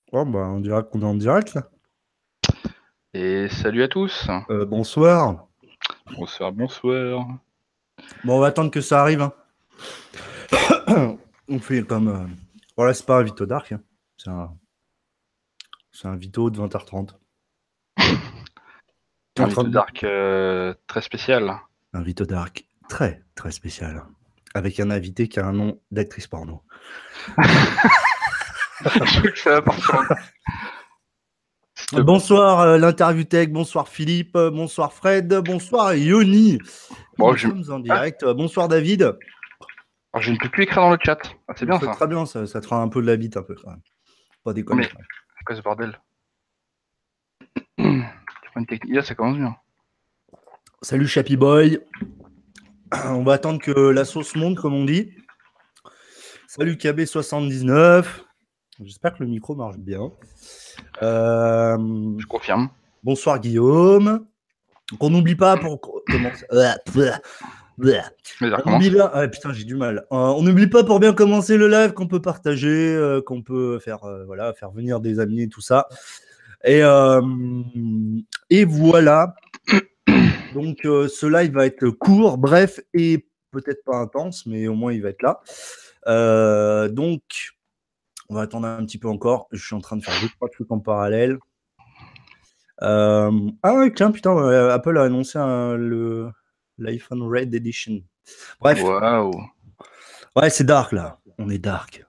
Oh, bah, on dirait qu'on est en direct là. Et salut à tous. Bonsoir. Bonsoir, bonsoir. Bon, on va attendre que ça arrive, hein. On fait comme. Voilà, c'est pas un Vito Dark, hein. C'est un, c'est un Vito de 20h30. En Un train Vito de... Dark très spécial. Un Vito Dark très, très spécial. Avec un invité qui a un nom d'actrice porno. Je crois que ça va partir en... S'il te plaît. Bonsoir, l'interview tech. Bonsoir, Philippe. Bonsoir, Fred. Bonsoir, Yoni. Oui, Bon, nous sommes en Ah, direct. Bonsoir, David. alors je ne peux plus écrire dans le chat. Ah, c'est bien C'est ça. très bien, ça te fera un peu de la bite, un peu, quand même. Pas Oh, déconner, mais quand même. c'est quoi ce bordel? Tu prends une technique. Là, ça commence bien. Salut, Chappy Boy. On va attendre que la sauce monte, comme on dit. Salut KB79. J'espère que le micro marche bien. Euh, Je confirme. bonsoir Guillaume. Qu'on n'oublie pas pour commencer. Mais ça On n'oublie recommence. pas. Ah, putain, j'ai du mal. On n'oublie pas pour bien commencer le live qu'on peut partager, qu'on peut faire, voilà, faire venir des amis et tout ça. Et, euh, et voilà. Donc ce live va être court, bref et peut-être pas intense, mais au moins il va être là. Donc on va attendre un petit peu encore. Je suis en train de faire deux, trois trucs en parallèle. Ah ouais, tiens, putain, Apple a annoncé l'iPhone Red Edition. Bref, Waouh. ouais, c'est dark là. On est dark.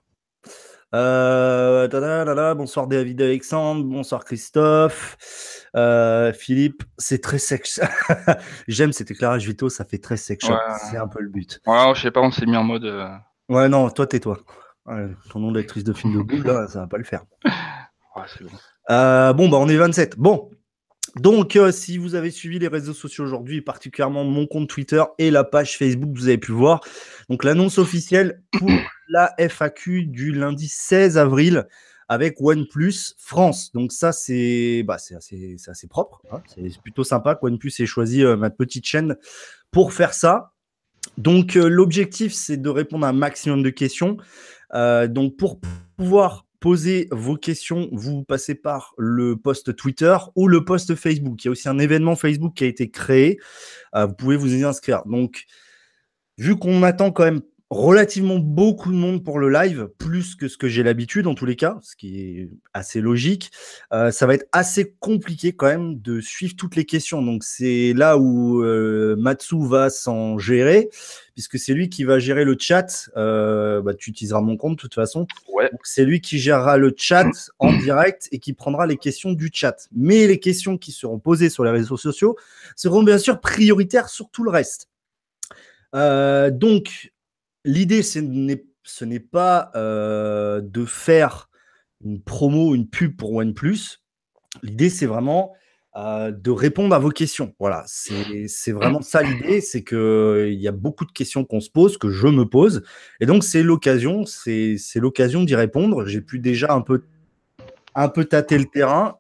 Bonsoir David Alexandre, bonsoir Christophe. Philippe, c'est très sexe. J'aime cet éclairage Vito, ça fait très sex shop. C'est Ouais. un peu le but. Ouais, je sais pas, on s'est mis en mode. Ouais, non, toi, tais-toi. Ouais, ton nom d'actrice de film de boule, là, ça va pas le faire. Ouais, c'est bon. Bon, bah, on est 27. Bon, donc, si vous avez suivi les réseaux sociaux aujourd'hui, particulièrement mon compte Twitter et la page Facebook, vous avez pu voir. Donc, l'annonce officielle pour la FAQ du lundi 16 avril avec OnePlus France. Donc, ça, c'est assez propre, hein. C'est plutôt sympa que OnePlus ait choisi ma petite chaîne pour faire ça. Donc, l'objectif, c'est de répondre à un maximum de questions. Donc, pour pouvoir poser vos questions, vous passez par le post Twitter ou le post Facebook. Il y a aussi un événement Facebook qui a été créé. Vous pouvez vous y inscrire. Donc, vu qu'on attend quand même relativement beaucoup de monde pour le live, plus que ce que j'ai l'habitude en tous les cas, ce qui est assez logique, ça va être assez compliqué quand même de suivre toutes les questions. Donc c'est là où Matsu va s'en gérer, puisque c'est lui qui va gérer le chat. Bah, tu utiliseras mon compte de toute façon. Ouais. Donc c'est lui qui gérera le chat en direct et qui prendra les questions du chat. Mais les questions qui seront posées sur les réseaux sociaux seront bien sûr prioritaires sur tout le reste. Donc, l'idée, ce n'est pas de faire une promo, une pub pour OnePlus. L'idée, c'est vraiment de répondre à vos questions. Voilà, c'est vraiment ça l'idée, c'est qu'il y a beaucoup de questions qu'on se pose, que je me pose. Et donc, c'est l'occasion d'y répondre. J'ai pu déjà un peu tâter le terrain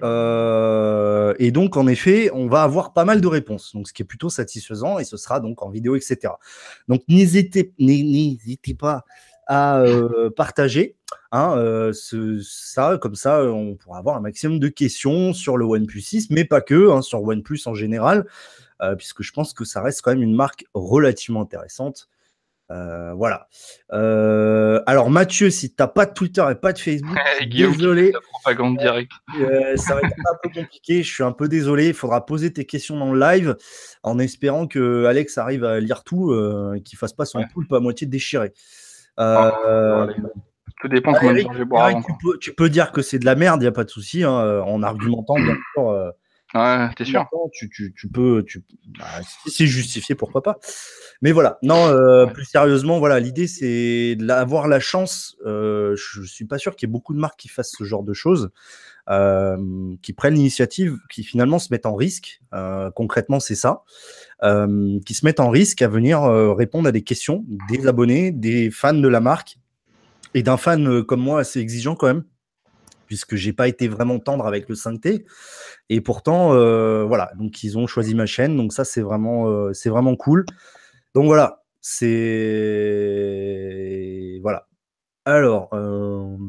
et donc en effet on va avoir pas mal de réponses, donc ce qui est plutôt satisfaisant et ce sera donc en vidéo, etc. Donc n'hésitez pas à partager, hein, ça, comme ça on pourra avoir un maximum de questions sur le OnePlus 6, mais pas que, hein, sur OnePlus en général, puisque je pense que ça reste quand même une marque relativement intéressante. Voilà. Alors Mathieu, si tu n'as pas de Twitter et pas de Facebook, je suis Guillaume qui fait désolé. sa propagande directe. Ça va être un peu compliqué. Je suis un peu désolé. Il faudra poser tes questions dans le live en espérant que Alex arrive à lire tout et qu'il fasse pas son Ouais. poulpe à moitié déchiré. Oh, ça devrait Euh, aller. Tout dépend combien de Eric, temps je vais boire Eric, avant, quoi. tu peux dire que c'est de la merde, il n'y a pas de souci, hein, en argumentant, bien sûr. Ouais, t'es sûr? Argumentant, bah, si c'est justifié, pourquoi pas. Mais voilà, non, Ouais. plus sérieusement, voilà, l'idée c'est d'avoir la chance. Je suis pas sûr qu'il y ait beaucoup de marques qui fassent ce genre de choses, qui prennent l'initiative, qui finalement se mettent en risque. Concrètement, c'est ça, qui se mettent en risque à venir répondre à des questions des abonnés, des fans de la marque et d'un fan comme moi assez exigeant quand même, puisque j'ai pas été vraiment tendre avec le 5T. Et pourtant, voilà, donc ils ont choisi ma chaîne, donc ça c'est vraiment cool. Donc voilà, c'est voilà. Alors,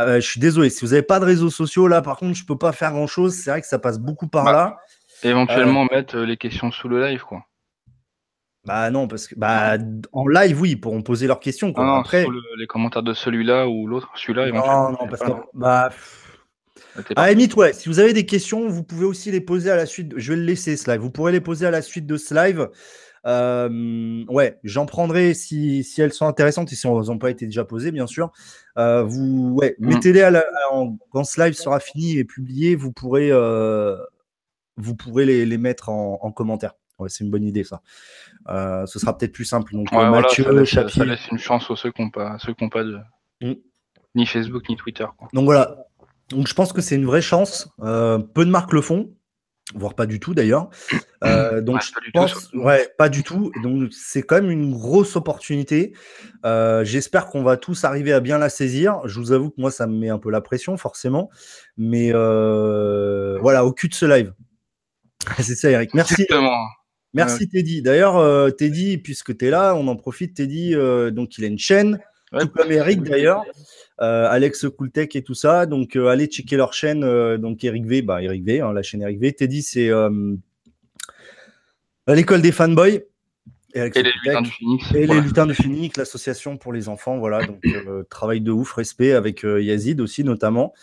Je suis désolé, si vous n'avez pas de réseaux sociaux, là, par contre, je peux pas faire grand-chose. C'est vrai que ça passe beaucoup par là. Éventuellement mettre les questions sous le live, quoi. Bah non, parce que en live, oui, ils pourront poser leurs questions, quoi. Non, Après, sous les commentaires de celui-là ou l'autre. Celui-là, éventuellement. non, parce pas, que T'es à la parti. limite, ouais, si vous avez des questions, vous pouvez aussi les poser à la suite. Je vais le laisser, ce live. Vous pourrez les poser à la suite de ce live. Ouais, j'en prendrai si elles sont intéressantes et si elles n'ont pas été déjà posées, bien sûr. Mettez-les quand ce live sera fini et publié, vous pourrez les mettre en commentaire. Ouais, c'est une bonne idée, ça. Ce sera peut-être plus simple. Donc, Ouais, Mathieu, voilà, ça Chapier. laisse une chance aux ceux qui n'ont pas de ni Facebook ni Twitter, quoi. Donc voilà. Donc je pense que c'est une vraie chance. Peu de marques le font, voire pas du tout d'ailleurs. Donc je pense, pas du tout. Donc c'est quand même une grosse opportunité. J'espère qu'on va tous arriver à bien la saisir. Je vous avoue que moi ça me met un peu la pression forcément, mais voilà, au cul de ce live. C'est ça, Eric. Merci. Exactement. Merci Teddy. D'ailleurs, Teddy, puisque tu es là, on en profite. Teddy, donc il a une chaîne, tout comme Eric d'ailleurs. Alex Cooltech et tout ça. Donc, allez checker leur chaîne. Donc, Eric V, la chaîne Eric V. Teddy, c'est l'école des fanboys. Et les lutins du Phoenix. Et les lutins du Phoenix, l'association pour les enfants. Voilà, donc travail de ouf, respect avec Yazid aussi, notamment.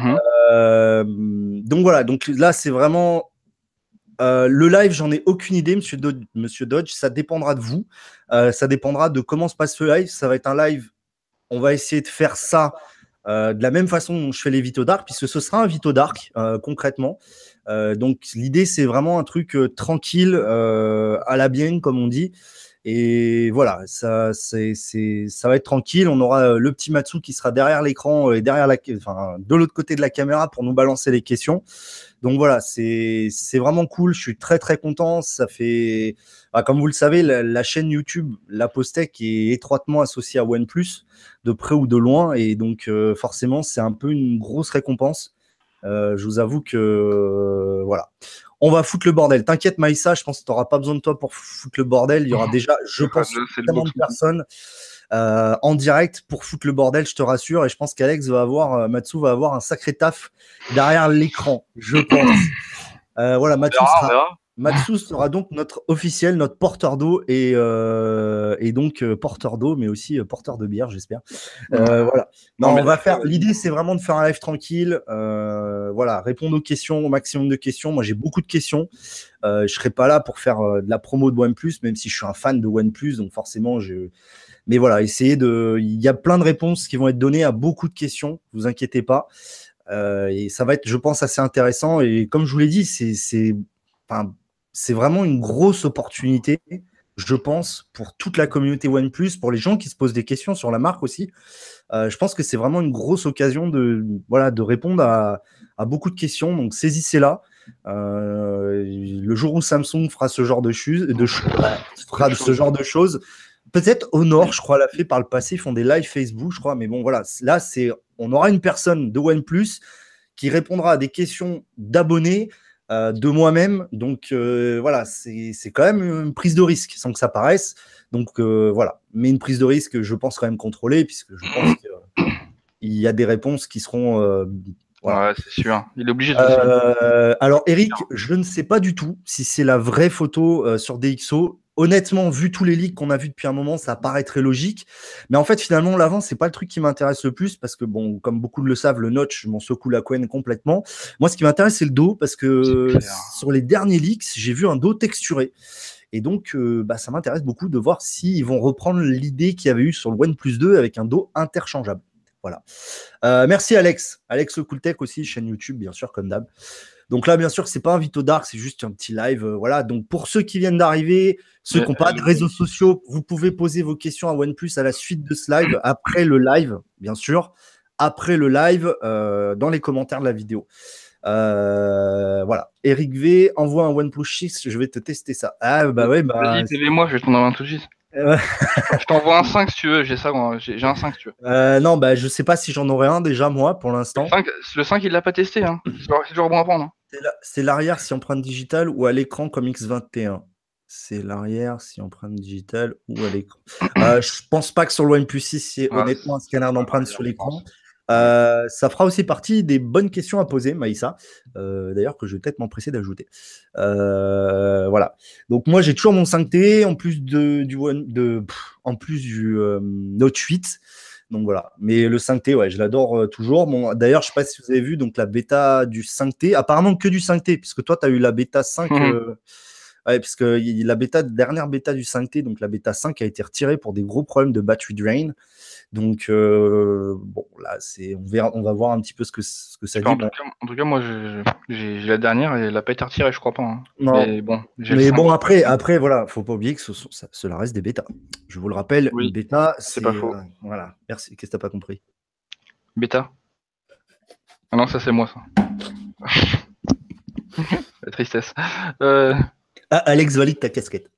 Donc, voilà, donc là, c'est vraiment. Le live, j'en ai aucune idée, monsieur Dodge. Ça dépendra de vous. Ça dépendra de comment se passe le live. Ça va être un live. On va essayer de faire ça de la même façon dont je fais les Vito Dark, puisque ce sera un Vito Dark, concrètement. Donc, l'idée, c'est vraiment un truc tranquille, à la bien, comme on dit. Et voilà, ça va être tranquille. On aura le petit Matsu qui sera derrière l'écran et de l'autre côté de la caméra pour nous balancer les questions. Donc voilà, c'est vraiment cool. Je suis très très content. Ça fait, comme vous le savez, la chaîne YouTube La Postec est étroitement associée à OnePlus, de près ou de loin, et donc forcément c'est un peu une grosse récompense. Je vous avoue que voilà, on va foutre le bordel. T'inquiète, Maïssa, je pense que tu n'auras pas besoin de toi pour foutre le bordel. Il y aura déjà, je pense, tellement de personnes en direct pour foutre le bordel, je te rassure. Et je pense qu'Alex Matsu va avoir un sacré taf derrière l'écran, je pense. Voilà, Matsu sera donc notre officiel, notre porteur d'eau et donc porteur d'eau, mais aussi porteur de bière, j'espère. Voilà. Non, on va faire. L'idée, c'est vraiment de faire un live tranquille. Voilà, répondre aux questions, au maximum de questions. Moi, j'ai beaucoup de questions. Je serai pas là pour faire de la promo de OnePlus, même si je suis un fan de OnePlus, donc forcément, Mais voilà, il y a plein de réponses qui vont être données à beaucoup de questions. Vous inquiétez pas. Et ça va être, je pense, assez intéressant. Et comme je vous l'ai dit, c'est vraiment une grosse opportunité, je pense, pour toute la communauté OnePlus, pour les gens qui se posent des questions sur la marque aussi. Je pense que c'est vraiment une grosse occasion de répondre à beaucoup de questions. Donc, saisissez-la. Le jour où Samsung fera ce genre de choses, peut-être Honor, je crois, l'a fait par le passé. Ils font des lives Facebook, je crois. Mais bon, voilà. Là, on aura une personne de OnePlus qui répondra à des questions d'abonnés, de moi-même. Donc, voilà, c'est quand même une prise de risque, sans que ça paraisse. Donc, voilà. Mais une prise de risque, je pense, quand même contrôlée, puisque je pense qu'il y a des réponses qui seront... voilà. Ouais, c'est sûr. Il est obligé de alors, Eric, je ne sais pas du tout si c'est la vraie photo sur DxO. Honnêtement, vu tous les leaks qu'on a vus depuis un moment, ça paraît très logique. Mais en fait, finalement, l'avant, c'est pas le truc qui m'intéresse le plus parce que, bon, comme beaucoup le savent, le notch, je m'en secoue la couenne complètement. Moi, ce qui m'intéresse, c'est le dos parce que sur les derniers leaks, j'ai vu un dos texturé. Et donc, ça m'intéresse beaucoup de voir s'ils vont reprendre l'idée qu'il y avait eu sur le OnePlus 2 avec un dos interchangeable. Voilà. Merci Alex. Alex Cooltech aussi, chaîne YouTube, bien sûr, comme d'hab. Donc là, bien sûr, c'est pas un Vito Dark, c'est juste un petit live. Voilà. Donc pour ceux qui viennent d'arriver, ceux qui n'ont pas de réseaux sociaux, vous pouvez poser vos questions à OnePlus à la suite de ce live, après le live, bien sûr, après le live, dans les commentaires de la vidéo. Voilà. Eric V, envoie un OnePlus 6, je vais te tester ça. Ah bah ouais, Vas-y, télé-moi, je vais t'en envoyer un tout de suite. Je t'envoie un 5 si tu veux, j'ai un 5 si tu veux. Non, je sais pas si j'en aurai un déjà, moi, pour l'instant. Le 5, il l'a pas testé, hein. C'est toujours bon à prendre. Hein. C'est l'arrière si empreinte digitale ou à l'écran comme X21. C'est l'arrière si empreinte digitale ou à l'écran. Je pense pas que sur le OnePlus 6, c'est honnêtement un scanner d'empreinte sur l'écran. Ça fera aussi partie des bonnes questions à poser, Maïssa. D'ailleurs, que je vais peut-être m'empresser d'ajouter. Voilà. Donc, moi, j'ai toujours mon 5T en plus en plus du Note 8. Donc, voilà. Mais le 5T, ouais, je l'adore toujours. Bon, d'ailleurs, je ne sais pas si vous avez vu donc, la bêta du 5T. Apparemment, que du 5T, puisque toi, tu as eu la bêta 5. Ouais, puisque la dernière bêta du 5T, donc la bêta 5, a été retirée pour des gros problèmes de battery drain. Donc, bon, là, on va voir un petit peu ce que ça dit. En tout cas, moi, j'ai la dernière et elle n'a pas été retirée, je crois pas. Hein. Non. Mais bon, après, voilà, faut pas oublier que cela reste des bêtas. Je vous le rappelle, une bêta, c'est pas faux. Voilà, merci. Qu'est-ce que t'as pas compris? Bêta? Ah non, ça c'est moi, ça. La tristesse. Alex valide ta casquette.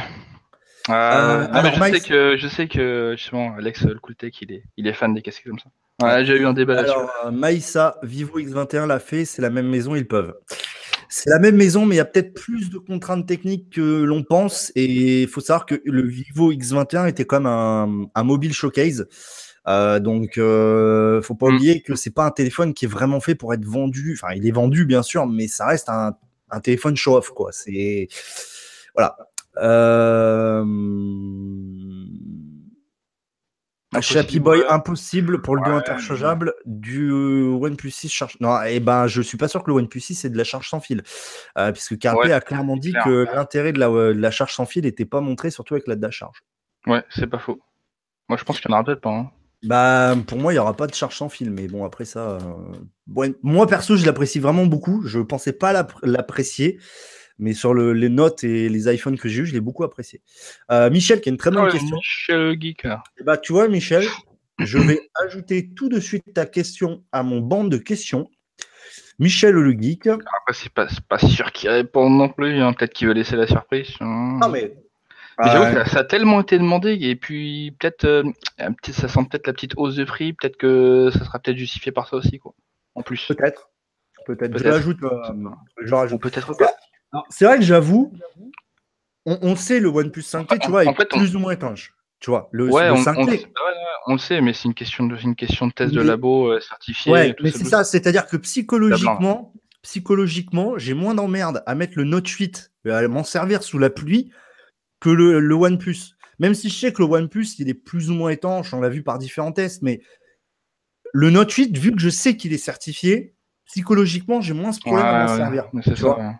Je sais que justement Alex le Cooltech il est fan des casquettes comme ça. Ouais, j'ai eu un débat là-dessus. Alors Maïssa, Vivo X21 l'a fait, c'est la même maison, ils peuvent. C'est la même maison, mais il y a peut-être plus de contraintes techniques que l'on pense. Et il faut savoir que le Vivo X21 était comme un mobile showcase. Donc, faut pas oublier que c'est pas un téléphone qui est vraiment fait pour être vendu. Enfin, il est vendu bien sûr, mais ça reste un téléphone show-off, quoi. C'est voilà. Chappy Boy, impossible pour le dos interchangeable du OnePlus 6 charge. Non, je suis pas sûr que le OnePlus 6 c'est de la charge sans fil, puisque Carpe a clairement dit que l'intérêt de la charge sans fil n'était pas montré, surtout avec la charge. Ouais, c'est pas faux. Moi, je pense qu'il y en aura peut-être pas. Hein. Pour moi, il n'y aura pas de charge sans fil, mais bon, après ça, moi perso, je l'apprécie vraiment beaucoup. Je pensais pas l'apprécier. Mais sur les notes et les iPhones que j'ai eu, je l'ai beaucoup apprécié. Michel, qui a une très bonne question. Michel Geek. Tu vois, Michel, je vais ajouter tout de suite ta question à mon banc de questions. Michel le Geek. Après, c'est pas sûr qu'il répond non plus. Hein. Peut-être qu'il veut laisser la surprise. Non, mais j'avoue que ça a tellement été demandé. Et puis, peut-être, ça sent peut-être la petite hausse de prix. Peut-être que ça sera peut-être justifié par ça aussi, quoi. En plus. Peut-être. Je l'ajoute. Peut-être pas. C'est vrai que j'avoue, on sait le OnePlus 5T, tu vois, est plus ou moins étanche. Tu vois, le 5T. On le sait, mais c'est une question de test de labo certifié. Ouais, mais c'est ça, c'est-à-dire que psychologiquement, j'ai moins d'emmerde à mettre le Note 8, à m'en servir sous la pluie, que le OnePlus. Même si je sais que le OnePlus, il est plus ou moins étanche, on l'a vu par différents tests, mais le Note 8, vu que je sais qu'il est certifié, psychologiquement, j'ai moins ce problème à m'en servir. C'est ça.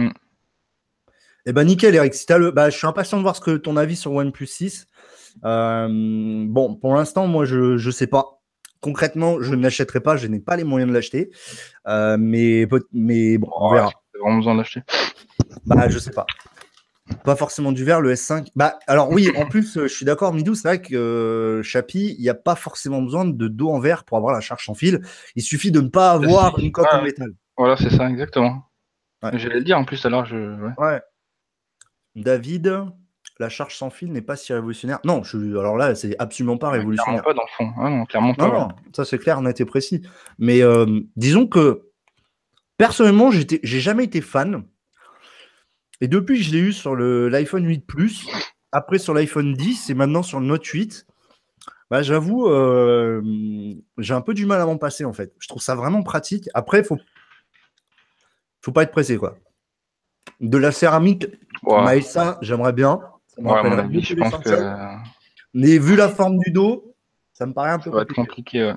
Eh ben nickel, Eric. Si je suis impatient de voir ton avis sur OnePlus 6. Bon, pour l'instant, moi, je sais pas. Concrètement, je ne l'achèterai pas. Je n'ai pas les moyens de l'acheter. Mais bon, on verra. J'ai vraiment besoin de l'acheter. Je sais pas. Pas forcément du verre, le S5. Alors oui, en plus, je suis d'accord, Midou, c'est vrai que Chappy, il n'y a pas forcément besoin de dos en verre pour avoir la charge sans fil. Il suffit de ne pas avoir une coque en métal. Voilà, c'est ça, exactement. Ouais. J'allais le dire en plus, alors Ouais. David, la charge sans fil n'est pas si révolutionnaire. Non, alors là, c'est absolument pas révolutionnaire. Clairement pas dans le fond. Ah non, clairement pas. Non, ça c'est clair, net et précis. Mais disons que personnellement, j'ai jamais été fan. Et depuis que je l'ai eu sur l'iPhone 8 Plus, après sur l'iPhone 10 et maintenant sur le Note 8, j'avoue, j'ai un peu du mal à m'en passer en fait. Je trouve ça vraiment pratique. Après, faut pas être pressé, quoi. De la céramique, Maïssa, j'aimerais bien. Ça me rappellerait beaucoup je pense que... Mais vu la forme du dos, ça me paraît un peu compliqué.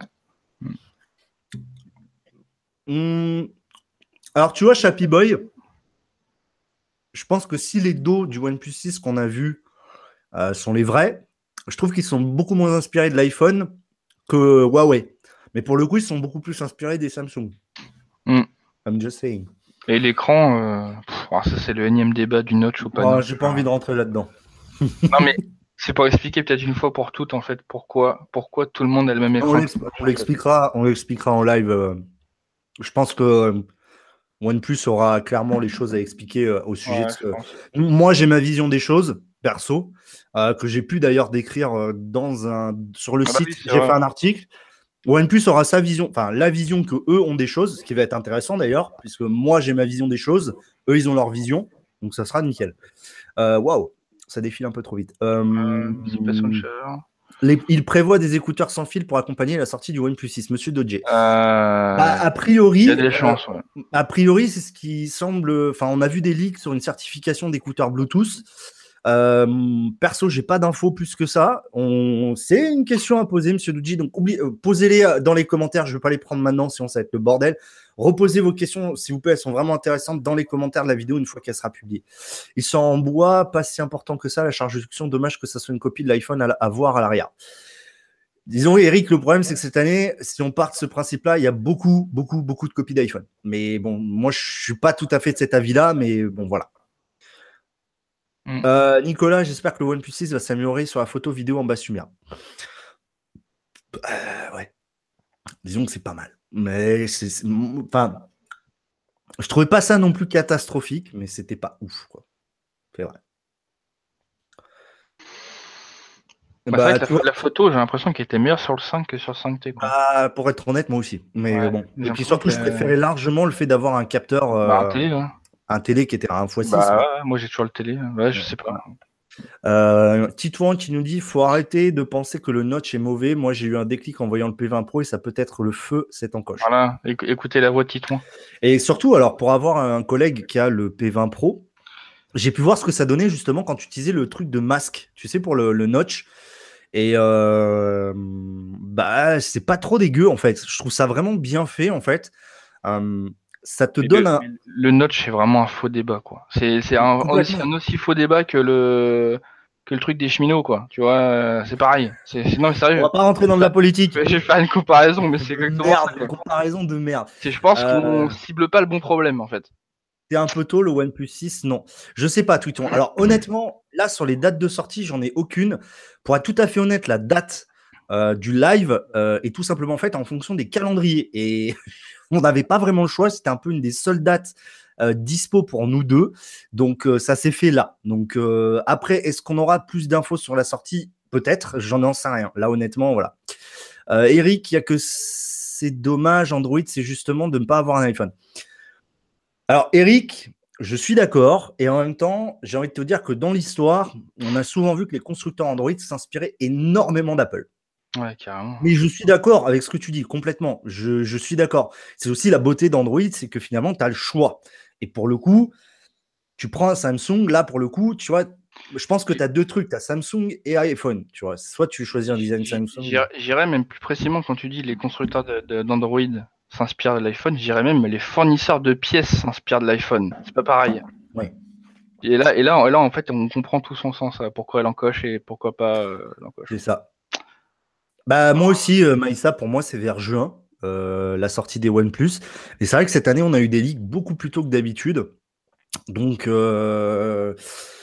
Alors, tu vois, Chappy Boy, je pense que si les dos du OnePlus 6 qu'on a vus sont les vrais, je trouve qu'ils sont beaucoup moins inspirés de l'iPhone que Huawei. Mais pour le coup, ils sont beaucoup plus inspirés des Samsung. I'm just saying. Et l'écran, ça c'est le énième débat du notch ou pas. J'ai pas envie de rentrer là-dedans. Non mais c'est pour expliquer peut-être une fois pour toutes en fait pourquoi tout le monde a le même écran. On l'expliquera en live. Je pense que OnePlus aura clairement les choses à expliquer au sujet de ce... Moi, j'ai ma vision des choses, perso, que j'ai pu d'ailleurs décrire sur le site. J'ai fait un article. OnePlus aura sa vision, enfin la vision que eux ont des choses, ce qui va être intéressant d'ailleurs, puisque moi j'ai ma vision des choses, eux ils ont leur vision, donc ça sera nickel. Waouh, ça défile un peu trop vite. Il prévoit des écouteurs sans fil pour accompagner la sortie du OnePlus 6, Monsieur Dodger. A Il y a des priori, chances, ouais. a priori, c'est ce qui semble. Enfin, on a vu des leaks sur une certification d'écouteurs Bluetooth. Perso, j'ai pas d'infos plus que ça. C'est une question à poser, Monsieur Dodger. Donc, posez-les dans les commentaires. Je vais pas les prendre maintenant, sinon ça va être le bordel. Reposez vos questions, s'il vous plaît. Elles sont vraiment intéressantes dans les commentaires de la vidéo une fois qu'elle sera publiée. Ils sont en bois, pas si important que ça. La charge de succion, dommage que ça soit une copie de l'iPhone à voir à l'arrière. Disons, Eric, le problème, c'est que cette année, si on part de ce principe-là, il y a beaucoup de copies d'iPhone. Mais bon, moi, je suis pas tout à fait de cet avis-là, mais bon, voilà. Nicolas, j'espère que le OnePlus 6 va s'améliorer sur la photo vidéo en basse lumière. Ouais. Disons que c'est pas mal. Mais enfin, je trouvais pas ça non plus catastrophique, mais c'était pas ouf, quoi. C'est vrai. Bah, c'est vrai que la photo, j'ai l'impression qu'elle était meilleure sur le 5 que sur le 5T, quoi. Pour être honnête, moi aussi. Mais ouais, bon. Et puis surtout, je préférais largement le fait d'avoir un capteur. Un télé, hein. Un télé qui était à 1x6. Bah, ouais, moi j'ai toujours le télé. Ouais, je sais pas. Titouan qui nous dit faut arrêter de penser que le notch est mauvais. Moi, j'ai eu un déclic en voyant le P20 Pro et ça peut être le feu, cette encoche. Voilà, écoutez la voix de Titouan. Et surtout, alors, pour avoir un collègue qui a le P20 Pro, j'ai pu voir ce que ça donnait justement quand tu utilisais le truc de masque, tu sais, pour le notch. Et bah, c'est pas trop dégueu en fait. Je trouve ça vraiment bien fait en fait. Ça te donne le notch, c'est vraiment un faux débat, quoi. C'est un aussi faux débat que le truc des cheminots, quoi. Tu vois, c'est pareil. Non, sérieux. On va pas rentrer dans de la politique. Je vais faire une comparaison, mais c'est exactement ça. Une comparaison de merde. Je pense qu'on cible pas le bon problème, en fait. C'est un peu tôt, le OnePlus 6, non. Je sais pas, Twiton. Alors, honnêtement, là, sur les dates de sortie, j'en ai aucune. Pour être tout à fait honnête, la date du live est tout simplement faite en fonction des calendriers. Et on n'avait pas vraiment le choix. C'était un peu une des seules dates dispo pour nous deux. Donc, ça s'est fait là. Donc, après, est-ce qu'on aura plus d'infos sur la sortie? Peut-être. J'en sais rien. Là, honnêtement, voilà. Eric, il y a que c'est dommage, Android, c'est justement de ne pas avoir un iPhone. Alors, Eric, je suis d'accord. Et en même temps, j'ai envie de te dire que dans l'histoire, on a souvent vu que les constructeurs Android s'inspiraient énormément d'Apple. Ouais, carrément. Mais je suis d'accord avec ce que tu dis, complètement. Je suis d'accord. C'est aussi la beauté d'Android, c'est que finalement, tu as le choix. Et pour le coup, tu prends un Samsung, là, pour le coup, tu vois, je pense que tu as deux trucs. Tu as Samsung et iPhone. Tu vois, soit tu choisis un design Samsung. J'irais même plus précisément quand tu dis les constructeurs d'Android s'inspirent de l'iPhone, je dirais même les fournisseurs de pièces s'inspirent de l'iPhone. C'est pas pareil. Oui. Et là, en fait, on comprend tout son sens. Pourquoi l'encoche et pourquoi pas l'encoche. C'est ça. Bah, moi aussi, Maïssa, pour moi, c'est vers juin, la sortie des OnePlus. Et c'est vrai que cette année, on a eu des leaks beaucoup plus tôt que d'habitude. Donc, moi,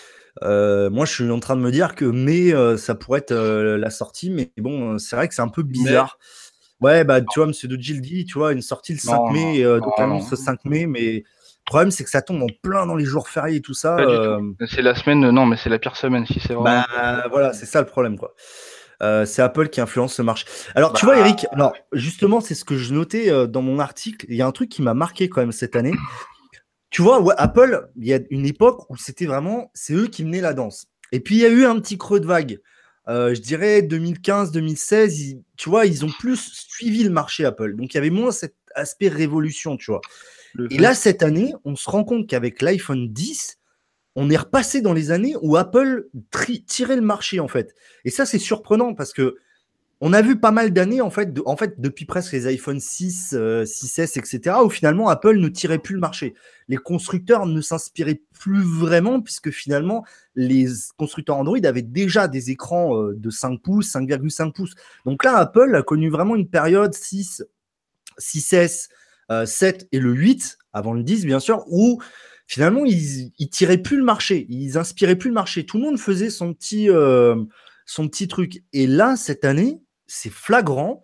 je suis en train de me dire que mai, ça pourrait être la sortie. Mais bon, c'est vrai que c'est un peu bizarre. Ouais, bah, tu vois, Monsieur de Gilles dit, tu vois, une sortie le 5 mai, donc l'annonce le 5 mai. Mais le problème, c'est que ça tombe en plein dans les jours fériés et tout ça. Pas du tout. C'est la semaine, non, mais c'est la pire semaine si c'est vraiment. Bah, voilà, c'est ça le problème, quoi. C'est Apple qui influence ce marché. Alors, tu vois, Eric, alors, justement, c'est ce que je notais dans mon article. Il y a un truc qui m'a marqué quand même cette année. Tu vois, ouais, Apple, il y a une époque où c'était vraiment, c'est eux qui menaient la danse. Et puis, il y a eu un petit creux de vague. Je dirais 2015-2016, tu vois, ils ont plus suivi le marché Apple. Donc, il y avait moins cet aspect révolution, tu vois. Et là, cette année, on se rend compte qu'avec l'iPhone 10, on est repassé dans les années où Apple tirait le marché, en fait. Et ça, c'est surprenant parce que on a vu pas mal d'années, en fait, depuis presque les iPhone 6, 6S, etc., où finalement, Apple ne tirait plus le marché. Les constructeurs ne s'inspiraient plus vraiment, puisque finalement, les constructeurs Android avaient déjà des écrans de 5 pouces, 5,5 pouces. Donc là, Apple a connu vraiment une période 6, 6S, 7 et le 8, avant le 10, bien sûr, où finalement, ils tiraient plus le marché, ils inspiraient plus le marché. Tout le monde faisait son petit truc. Et là, cette année, c'est flagrant.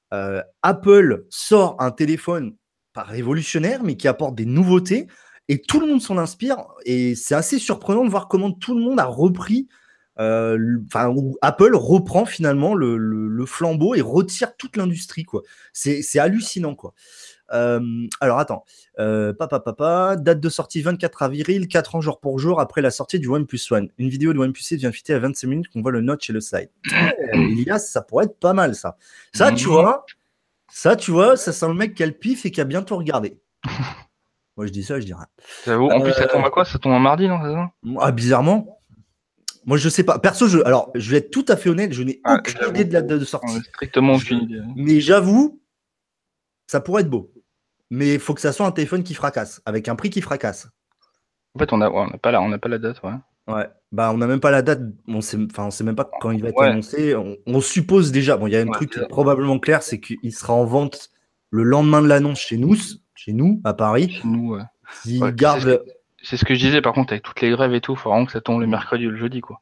Apple sort un téléphone pas révolutionnaire, mais qui apporte des nouveautés, et tout le monde s'en inspire. Et c'est assez surprenant de voir comment tout le monde a repris où Apple reprend finalement le flambeau et retire toute l'industrie, quoi. C'est hallucinant, quoi. Alors attends, date de sortie 24 avril, 4 ans jour pour jour après la sortie du OnePlus One. Une vidéo de OnePlus 6 vient fitter à 25 minutes qu'on voit le notch et le slide. Elias, ça pourrait être pas mal, ça. Ça, tu vois, ça sent le mec qui a le pif et qui a bientôt regardé. Moi, je dis ça, je dis rien. J'avoue, en plus, ça tombe à quoi? Ça tombe un mardi, non, c'est ça? Ah, bizarrement. Moi, je sais pas. Perso, alors, je vais être tout à fait honnête, je n'ai aucune idée de la date de sortie. Strictement aucune idée. Mais j'avoue, ça pourrait être beau. Mais il faut que ça soit un téléphone qui fracasse, avec un prix qui fracasse. En fait, on n'a pas la date, ouais. Ouais. Bah, on n'a même pas la date. On sait même pas quand il va être annoncé. On suppose déjà. Bon, il y a un truc qui est probablement clair, c'est qu'il sera en vente le lendemain de l'annonce chez nous, à Paris. Chez nous, ouais. C'est ce que je disais, par contre, avec toutes les grèves et tout, il faut vraiment que ça tombe le mercredi ou le jeudi, quoi.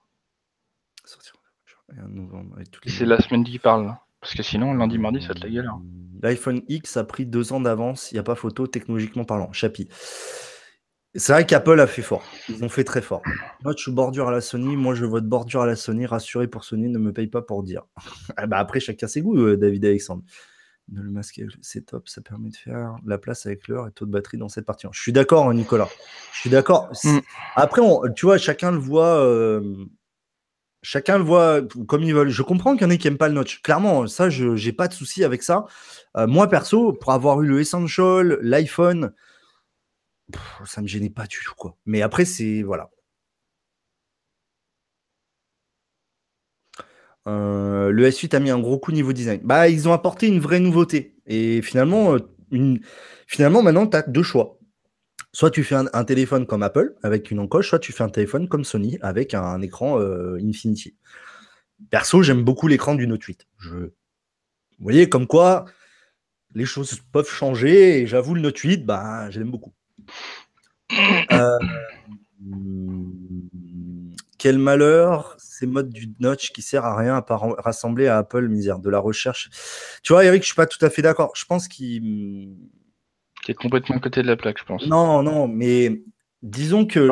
C'est la semaine qui parle. Parce que sinon, lundi, mardi, ça va être la galère. L'iPhone X a pris 2 ans d'avance. Il n'y a pas photo, technologiquement parlant. Chapi. C'est vrai qu'Apple a fait fort. Ils ont fait très fort. Moi, je suis bordure à la Sony. Moi, je vote bordure à la Sony. Rassuré pour Sony, ne me paye pas pour dire. Après, chacun ses goûts, David Alexandre. Le masque, c'est top. Ça permet de faire la place avec l'heure et taux de batterie dans cette partie. Je suis d'accord, Nicolas. Je suis d'accord. Après, tu vois, chacun le voit comme ils veulent. Je comprends qu'il y en ait qui n'aiment pas le notch. Clairement, ça, je n'ai pas de souci avec ça. Moi, perso, pour avoir eu le Essential, l'iPhone, ça me gênait pas du tout, quoi. Mais après, c'est... Voilà. Le S8 a mis un gros coup niveau design. Bah, ils ont apporté une vraie nouveauté. Et finalement, maintenant, tu as 2 choix. Soit tu fais un téléphone comme Apple avec une encoche, soit tu fais un téléphone comme Sony avec un écran Infinity. Perso, j'aime beaucoup l'écran du Note 8. Vous voyez, comme quoi les choses peuvent changer. Et j'avoue, le Note 8, bah, je l'aime beaucoup. Quel malheur, ces modes du notch qui sert à rien à part rassembler à Apple, misère, de la recherche. Tu vois, Eric, je suis pas tout à fait d'accord. Je pense qu'il est complètement à côté de la plaque, je pense. Non, mais disons que.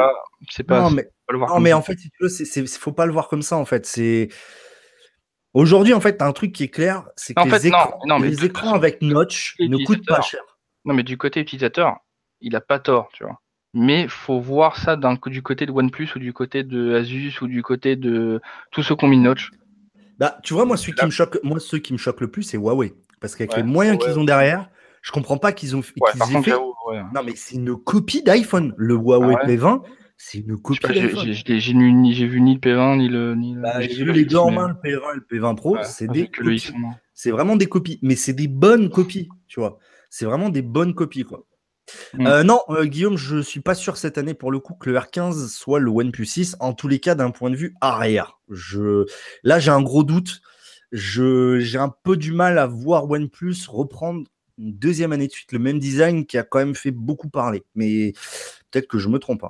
Mais en fait, si tu veux, faut pas le voir comme ça, en fait. C'est. Aujourd'hui, en fait, tu as un truc qui est clair, c'est que les écrans avec notch ne coûtent pas cher. Non, mais du côté utilisateur, il a pas tort, tu vois. Mais faut voir ça du côté de OnePlus ou du côté de Asus ou du côté de tous ceux qui ont mis notch. Bah, tu vois, ceux qui me choquent le plus, c'est Huawei. Parce qu'avec les moyens qu'ils ont derrière, je comprends pas qu'ils ont fait. Non, mais c'est une copie d'iPhone. Le Huawei P20, c'est une copie d'iPhone. J'ai vu ni le P20 ni le. J'ai vu les deux en main, le P20 et le P20 Pro. C'est des copies. C'est vraiment des copies. Mais c'est des bonnes copies, tu vois. C'est vraiment des bonnes copies, quoi. Non, Guillaume, je suis pas sûr cette année pour le coup que le R15 soit le OnePlus 6, en tous les cas d'un point de vue arrière. Là, j'ai un gros doute. J'ai un peu du mal à voir OnePlus reprendre une deuxième année de suite le même design qui a quand même fait beaucoup parler. Mais peut-être que je me trompe.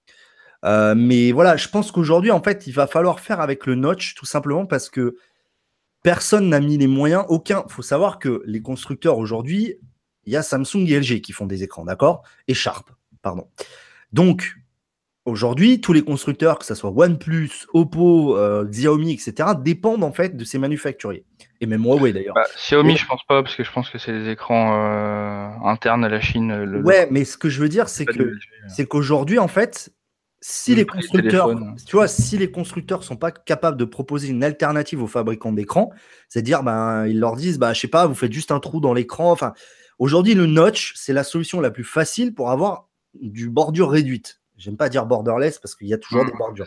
Mais voilà, je pense qu'aujourd'hui, en fait, il va falloir faire avec le notch, tout simplement parce que personne n'a mis les moyens. Aucun. Il faut savoir que les constructeurs aujourd'hui, il y a Samsung et LG qui font des écrans, d'accord? Et Sharp, pardon. Donc, aujourd'hui, tous les constructeurs, que ce soit OnePlus, Oppo, Xiaomi, etc., dépendent en fait de ces manufacturiers. Et même Huawei d'ailleurs. Xiaomi, je pense pas, parce que je pense que c'est des écrans internes à la Chine. Mais ce que je veux dire, c'est qu'aujourd'hui, en fait, si les constructeurs, tu vois, si les constructeurs sont pas capables de proposer une alternative aux fabricants d'écran, c'est-à-dire, ils leur disent, je sais pas, vous faites juste un trou dans l'écran. Enfin, aujourd'hui, le notch, c'est la solution la plus facile pour avoir du bordure réduite. J'aime pas dire borderless parce qu'il y a toujours des bordures.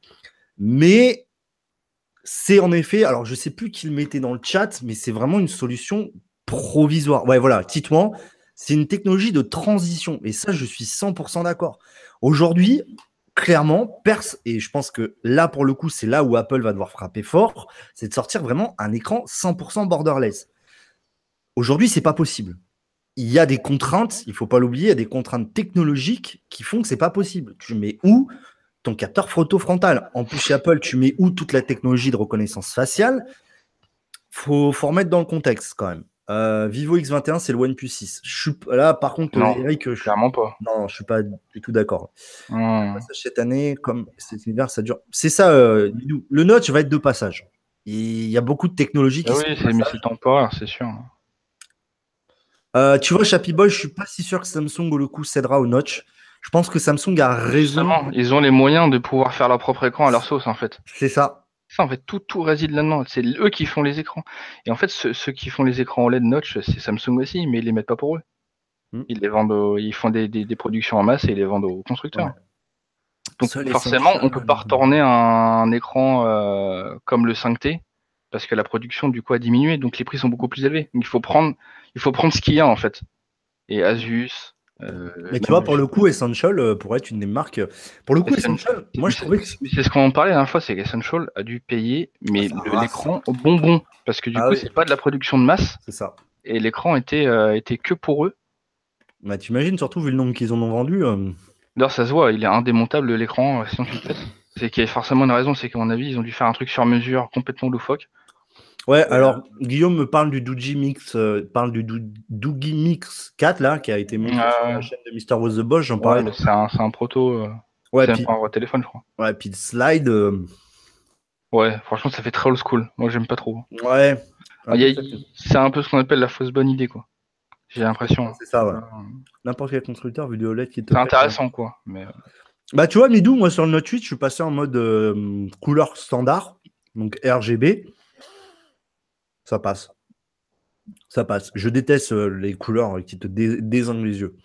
Mais c'est en effet, alors je sais plus qui le mettait dans le chat, mais c'est vraiment une solution provisoire. Ouais, voilà, Titouan, c'est une technologie de transition. Et ça, je suis 100% d'accord. Aujourd'hui, clairement, et je pense que là, pour le coup, c'est là où Apple va devoir frapper fort, c'est de sortir vraiment un écran 100% borderless. Aujourd'hui, c'est pas possible. Il y a des contraintes, il faut pas l'oublier, il y a des contraintes technologiques qui font que c'est pas possible. Tu mets où ton capteur photo frontal? En plus, chez Apple, tu mets où toute la technologie de reconnaissance faciale? Faut remettre dans le contexte quand même. Vivo X21, c'est le OnePlus 6. Là, par contre, Non, Eric, clairement pas. non, je suis pas du tout d'accord. Hmm. Passage cette année, comme cet hiver, ça dure. C'est ça, Didou. Le Notch va être de passage. Il y a beaucoup de technologies Ah qui oui, sont de mais passage. c'est temporaire, c'est sûr. Tu vois, Chappy Boy, je suis pas si sûr que Samsung, au le coup, cédera au Notch. Je pense que Samsung a raison. Justement, ils ont les moyens de pouvoir faire leur propre écran à leur sauce, en fait. C'est ça. Ça, en fait, tout réside là-dedans. C'est eux qui font les écrans. Et en fait, ceux qui font les écrans OLED Notch, c'est Samsung aussi, mais ils les mettent pas pour eux. Hmm. Ils les vendent, ils font des productions en masse et ils les vendent aux constructeurs. Ouais. Donc Seul forcément, on peut pas Essential. retourner un écran comme le 5T parce que la production du coup a diminué, donc les prix sont beaucoup plus élevés. Donc, il faut prendre ce qu'il y a en fait. Et Asus, Mais tu même vois, pour le coup, Essential pourrait être une des marques. Pour le coup, Essen- Essential, moi, je trouvais que. mais c'est ce qu'on en parlait la dernière fois, c'est qu'Essential a dû payer Ah, mais ça rase. l'écran au bonbon parce que du Ah coup oui, c'est pas de la production de masse c'est ça. et l'écran était que pour eux. Bah, t'imagines, surtout vu le nombre qu'ils en ont vendu. D'ailleurs ça se voit, il est indémontable l'écran sinon tu le pètes. C'est qu'il y a forcément une raison, c'est qu'à mon avis ils ont dû faire un truc sur mesure complètement loufoque. Ouais, Et, alors, Guillaume me parle du Doogie Mix, parle du Doogie Mix 4, là, qui a été montré sur la chaîne de Mister Was the Boss. J'en ouais, parlais. mais c'est un proto, Ouais, c'est même puis, pas un vrai téléphone, je crois. ouais, puis le slide. Ouais, franchement, ça fait très old school. Moi, j'aime pas trop. Ouais, Ah, un peu ça. c'est un peu ce qu'on appelle la fausse bonne idée, quoi. J'ai Ouais, l'impression. c'est ça, ouais. N'importe quel constructeur, vidéo OLED qui te C'est pète. intéressant, quoi. Mais Bah, tu vois, Midou, moi, sur le Note 8, je suis passé en mode couleur standard, donc RGB. Ça passe. Ça passe. Je déteste les couleurs qui te désanglent les yeux.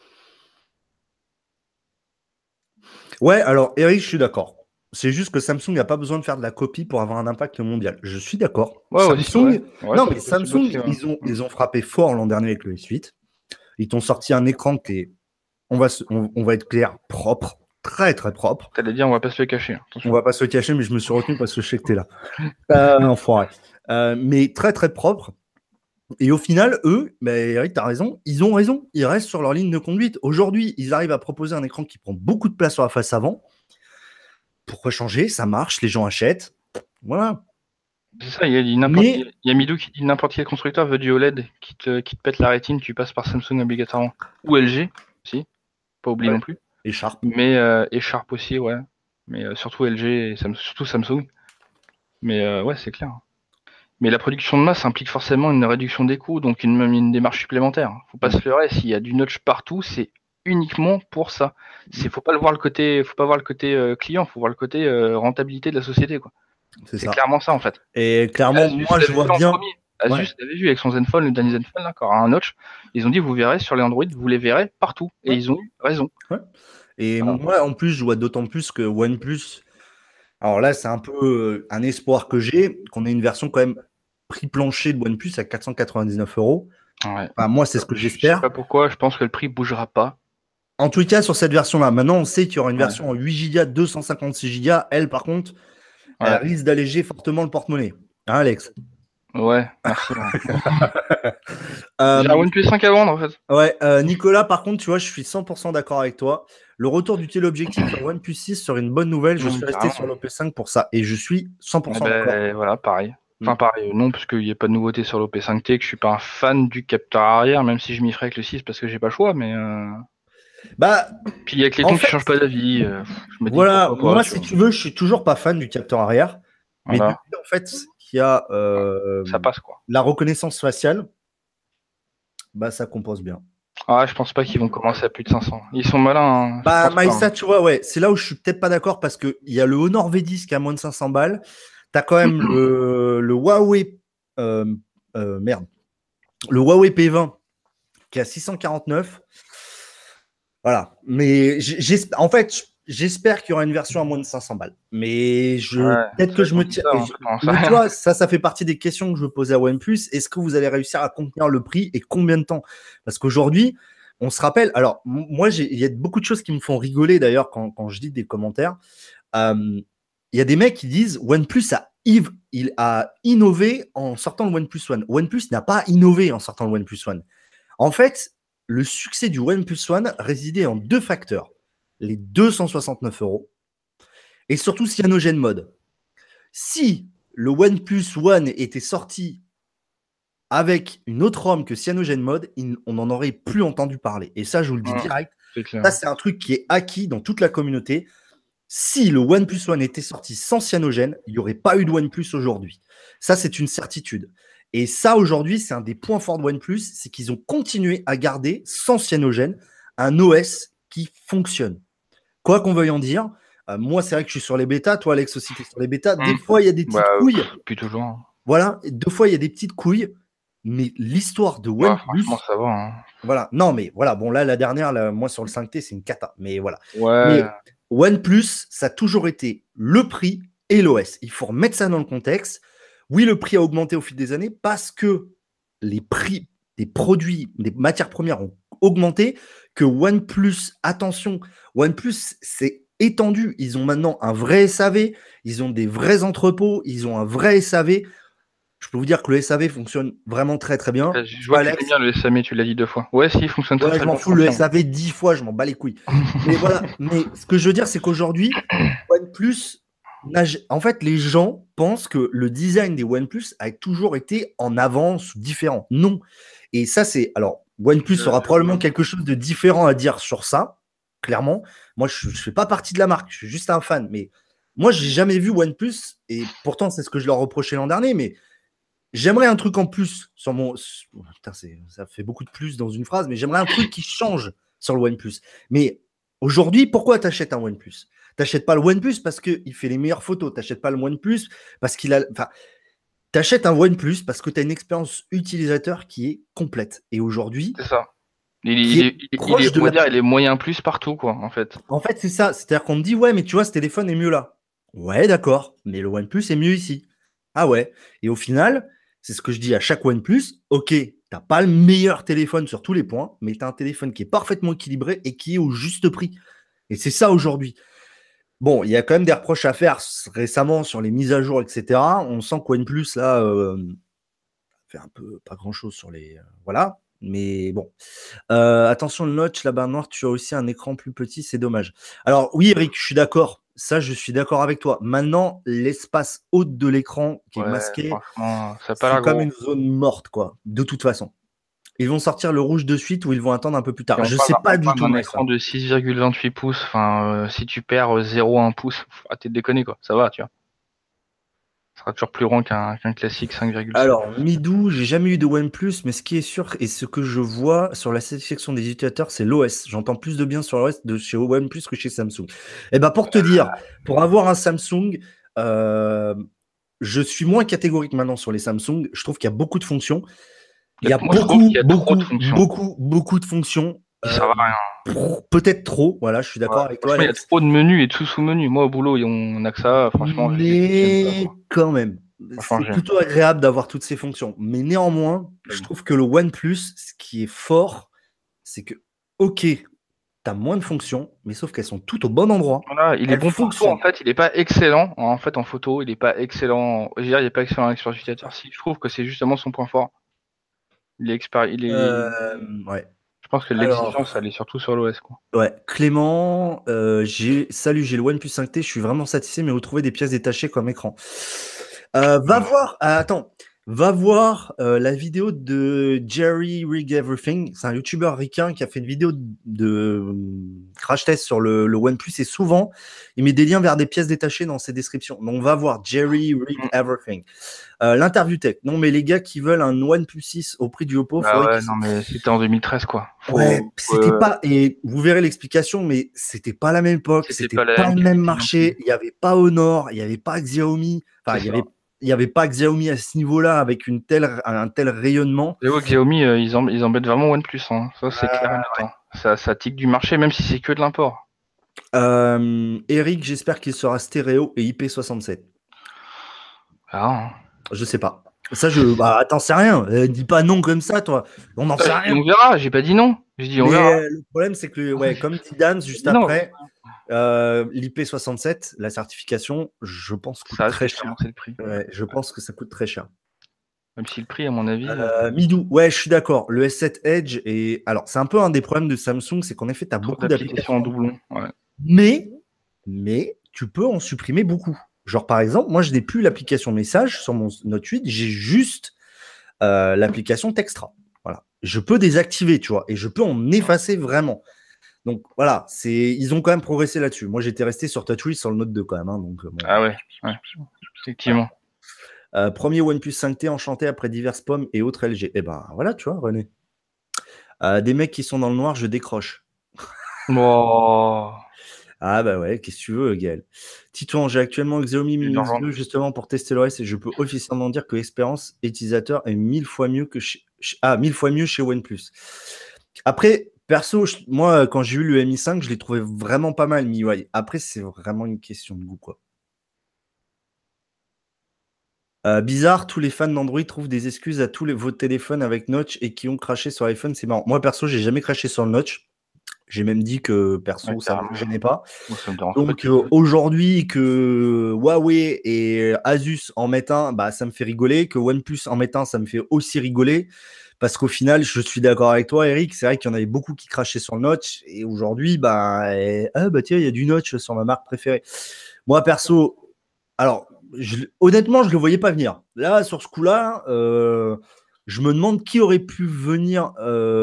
Ouais, alors, Eric, je suis d'accord. C'est juste que Samsung n'a pas besoin de faire de la copie pour avoir un impact mondial. Je suis d'accord. ouais, aussi, ouais. Samsung, Ouais, non, ça mais c'est possible Samsung, aussi, ouais. ils ont frappé fort l'an dernier avec le S8. Ils t'ont sorti un écran qui est, on va être clair, propre, très très propre. T'allais dire, on va pas se le cacher, hein. On Attention. va pas se le cacher, mais je me suis retenu parce que je sais que t'es là. Enfoiré. Mais très très propre. Et au final, eux, bah, Eric, tu as raison, ils ont raison. Ils restent sur leur ligne de conduite. Aujourd'hui, ils arrivent à proposer un écran qui prend beaucoup de place sur la face avant. Pourquoi changer? Ça marche, les gens achètent. Voilà. C'est ça, il y a Midou qui dit n'importe quel constructeur veut du OLED qui te pète la rétine, tu passes par Samsung obligatoirement. Ou LG, aussi, pas oublier Ouais. non plus. Écharpe. Mais, et Sharp aussi, ouais. Mais surtout LG et surtout Samsung. Mais ouais, c'est clair. Mais la production de masse implique forcément une réduction des coûts, donc même une démarche supplémentaire. Faut pas se leurrer, s'il y a du notch partout, c'est uniquement pour ça. Faut pas voir le côté, faut pas voir le côté client, faut voir le côté rentabilité de la société, quoi. C'est C'est ça. clairement ça en fait. Et clairement, Asus moi, je l'avait vois fait en bien. premier. Ouais. Asus l'avait vu avec son Zenfone, le dernier Zenfone, là, qui aura un notch. Ils ont dit, vous verrez sur les Android, vous les verrez partout. Et Ouais. ils ont eu raison. Ouais. Et Voilà. moi, en plus, je vois d'autant plus que OnePlus. Alors là, c'est un peu un espoir que j'ai, qu'on ait une version quand même prix plancher de OnePlus à 499 euros. Ouais. Enfin, moi, c'est ce que Je sais j'espère. pas pourquoi, je pense que le prix bougera pas. En tout cas, sur cette version-là, maintenant, on sait qu'il y aura une Ouais. version en 8 Go, 256 Go. Elle, par contre, elle Ouais. risque d'alléger fortement le porte-monnaie. Hein, Alex? Ouais, merci. Ouais. J'ai un Euh, OnePlus 5 à vendre en fait. ouais, Nicolas, par contre, tu vois, je suis 100% d'accord avec toi. Le retour du téléobjectif sur OnePlus 6 serait une bonne nouvelle. Je suis resté sur Carrément. l'OP5 pour ça. Et je suis Eh 100% d'accord. ben voilà, pareil. Mm. Enfin pareil, non, parce qu'il n'y a pas de nouveauté sur l'OP5T, que je suis pas un fan du capteur arrière, même si je m'y ferai avec le 6 parce que j'ai pas le choix, mais Bah, puis avec les en tons qui fait, changent pas d'avis, je me dis voilà, pourquoi pas, moi, tu si vois. tu veux, je suis toujours pas fan du capteur arrière. Mais Voilà, depuis, en fait, qu'il y a ça passe quoi. la reconnaissance faciale, bah, ça compose bien. Ah, je pense pas qu'ils vont commencer à plus de 500. Ils sont malins, hein, je Bah, pense pas, hein. Maïssa, tu vois, ouais, c'est là où je suis peut-être pas d'accord parce qu'il y a le Honor V10 qui a moins de 500 balles. Tu as quand même le Huawei, euh, merde, le Huawei P20 qui a 649. Voilà. Mais en fait, j'espère qu'il y aura une version à moins de 500 balles. Mais Ouais, peut-être c'est que vrai je qu'on me dit tiens. ça, hein, on sait Mais tu rien. vois, ça fait partie des questions que je veux poser à OnePlus. Est-ce que vous allez réussir à contenir le prix et combien de temps? Parce qu'aujourd'hui, on se rappelle. Alors, moi, il y a beaucoup de choses qui me font rigoler d'ailleurs quand je lis des commentaires. Il y a des mecs qui disent OnePlus il a innové en sortant le OnePlus One. OnePlus n'a pas innové en sortant le OnePlus One. En fait, le succès du OnePlus One résidait en deux facteurs. Les 269 euros et surtout Cyanogen Mode. Si le OnePlus One était sorti avec une autre ROM que CyanogenMod, on n'en aurait plus entendu parler. Et ça, je vous le dis direct. Ça, c'est un truc qui est acquis dans toute la communauté. Si le OnePlus One était sorti sans cyanogen, il n'y aurait pas eu de OnePlus aujourd'hui. Ça, c'est une certitude. Et ça, aujourd'hui, c'est un des points forts de OnePlus, c'est qu'ils ont continué à garder, sans cyanogen, un OS qui fonctionne. Quoi qu'on veuille en dire, moi, c'est vrai que je suis sur les bêtas. Toi, Alex, aussi, tu es sur les bêtas. Des fois, il y a des petites couilles. Plus toujours. Voilà, deux fois, il y a des petites couilles. Mais l'histoire de OnePlus. Franchement, ça va. Hein. Voilà, non, mais voilà, bon, là, la dernière, là, moi, sur le 5T, c'est une cata. Mais voilà. Ouais. Mais OnePlus, ça a toujours été le prix et l'OS. Il faut remettre ça dans le contexte. Oui, le prix a augmenté au fil des années parce que les prix des produits, des matières premières ont augmenté, que OnePlus, attention, OnePlus, c'est étendu. Ils ont maintenant un vrai SAV, ils ont des vrais entrepôts, ils ont un vrai SAV. Je peux vous dire que le SAV fonctionne vraiment très très bien. Je vois que tu bien le SAV, tu l'as dit 2 fois. Ouais, si, il fonctionne très bien. Je m'en fous, le SAV 10 fois, je m'en bats les couilles. Mais voilà, mais ce que je veux dire, c'est qu'aujourd'hui, OnePlus, en fait, les gens pensent que le design des OnePlus a toujours été en avance ou différent. Non. Et ça, c'est. Alors, OnePlus aura probablement quelque chose de différent à dire sur ça, clairement. Moi, je ne fais pas partie de la marque, je suis juste un fan. Mais moi, je n'ai jamais vu OnePlus, et pourtant, c'est ce que je leur reprochais l'an dernier, mais. J'aimerais un truc en plus sur mon. Putain, ça fait beaucoup de plus dans une phrase, mais j'aimerais un truc qui change sur le OnePlus. Mais aujourd'hui, pourquoi tu achètes un OnePlus? Tu n'achètes pas le OnePlus parce qu'il fait les meilleures photos. Tu n'achètes pas le OnePlus parce qu'il a. Enfin, tu achètes un OnePlus parce que tu as une expérience utilisateur qui est complète. Et aujourd'hui. C'est ça. Il est moyen plus partout, quoi, en fait. En fait, c'est ça. C'est-à-dire qu'on me dit, ouais, mais tu vois, ce téléphone est mieux là. Ouais, d'accord. Mais le OnePlus est mieux ici. Ah ouais. Et au final. C'est ce que je dis à chaque OnePlus. Ok, tu n'as pas le meilleur téléphone sur tous les points, mais tu as un téléphone qui est parfaitement équilibré et qui est au juste prix. Et c'est ça aujourd'hui. Bon, il y a quand même des reproches à faire récemment sur les mises à jour, etc. On sent que OnePlus, là, fait un peu pas grand-chose sur les... voilà. Mais bon. Attention, le notch, la barre noire, tu as aussi un écran plus petit, c'est dommage. Alors oui, Eric, je suis d'accord. Ça, je suis d'accord avec toi. Maintenant, l'espace haut de l'écran qui est masqué, c'est comme une zone morte, quoi. De toute façon. Ils vont sortir le rouge de suite ou ils vont attendre un peu plus tard. Je sais pas du tout. Un écran de 6,28 pouces, enfin, si tu perds 0,1 pouce, faut arrêter de déconner, quoi. Ça va, tu vois. Ça sera toujours plus grand qu'un classique 5,7. Alors, Midou, j'ai jamais eu de OnePlus, mais ce qui est sûr et ce que je vois sur la satisfaction des utilisateurs, c'est l'OS. J'entends plus de bien sur l'OS de chez OnePlus que chez Samsung. Et ben pour te dire, pour avoir un Samsung, je suis moins catégorique maintenant sur les Samsung. Je trouve qu'il y a beaucoup de fonctions. Il y a beaucoup de fonctions. Ça va rien. Peut-être trop, voilà, je suis d'accord avec toi. Il y a trop de menus et de sous-menus. Moi, au boulot, on n'a que ça, franchement. Mais quand même, c'est plutôt agréable d'avoir toutes ces fonctions. Mais néanmoins, je trouve que le OnePlus, ce qui est fort, c'est que, ok, tu as moins de fonctions, mais sauf qu'elles sont toutes au bon endroit. Voilà, il est bon partout, en fait, il n'est pas excellent. En fait, en photo, il n'est pas excellent. Je veux dire, il n'est pas excellent avec l'expérience utilisateur. Si, je trouve que c'est justement son point fort. Ouais. Je pense que l'exigence, elle est surtout sur l'OS, quoi. Ouais, Clément, salut, j'ai le OnePlus 5T, je suis vraiment satisfait, mais vous trouvez des pièces détachées comme écran. Va voir la vidéo de Jerry Rig Everything. C'est un YouTuber ricain qui a fait une vidéo de crash test sur le OnePlus et souvent, il met des liens vers des pièces détachées dans ses descriptions. Donc, on va voir Jerry Rig Everything. L'interview tech. Non, mais les gars qui veulent un OnePlus 6 au prix du Oppo, non, mais c'était en 2013, quoi. C'était pas, et vous verrez l'explication, mais c'était pas la même époque, c'était pas le même marché, il n'y avait pas Honor, il n'y avait pas Xiaomi, enfin, il y avait pas Xiaomi à ce niveau-là avec un tel rayonnement. Et Xiaomi, ils embêtent vraiment OnePlus, hein. Ça, c'est clair. Ouais. Ça tique du marché, même si c'est que de l'import. Eric, j'espère qu'il sera stéréo et IP67. Ah. Je sais pas. Ça, attends, c'est rien. Dis pas non comme ça, toi. On n'en sait rien. On verra, j'ai pas dit non. J'ai dit on verra. Le problème, c'est que, comme dit Dan, juste après, l'IP67, la certification, je pense que coûte très cher. Le prix. Ouais, je pense que ça coûte très cher. Même si le prix, à mon avis. Midou, ouais, je suis d'accord. Le S7 Edge, alors, c'est un peu un des problèmes de Samsung, c'est qu'en effet, tu as beaucoup d'applications en doublon. Ouais. Mais tu peux en supprimer beaucoup. Genre, par exemple, moi, je n'ai plus l'application message sur mon Note 8, j'ai juste l'application Textra. Voilà. Je peux désactiver, tu vois, et je peux en effacer vraiment. Donc voilà, ils ont quand même progressé là-dessus. Moi, j'étais resté sur TouchWiz sur le Note 2 quand même. Donc, bon, Ah ouais, effectivement. premier OnePlus 5T enchanté après diverses pommes et autres LG. Eh ben voilà, tu vois, René. Des mecs qui sont dans le noir, je décroche. Bon, Ah bah ouais, qu'est-ce que tu veux, Gaël. Titouan, j'ai actuellement un Xiaomi Mi Mix 2 justement pour tester l'OS et je peux officiellement dire que l'expérience utilisateur est 1000 fois mieux que 1000 fois mieux chez OnePlus. Après, perso, moi, quand j'ai eu le Mi 5, je l'ai trouvé vraiment pas mal, MIUI. Après, c'est vraiment une question de goût, quoi. Bizarre, tous les fans d'Android trouvent des excuses à vos téléphones avec Notch et qui ont craché sur l'iPhone, c'est marrant. Moi, perso, j'ai jamais craché sur le Notch. J'ai même dit que, perso, ça ne me gênait pas. Moi, ça me dérange Donc, pas. aujourd'hui, que Huawei et Asus en mettent un, bah, ça me fait rigoler. Que OnePlus en mette un, ça me fait aussi rigoler. Parce qu'au final, je suis d'accord avec toi, Eric. C'est vrai qu'il y en avait beaucoup qui crachaient sur le Notch. Et aujourd'hui, bah, tiens, il y a du Notch sur ma marque préférée. Moi, perso, alors, honnêtement, je ne le voyais pas venir. Là, sur ce coup-là, je me demande qui aurait pu venir,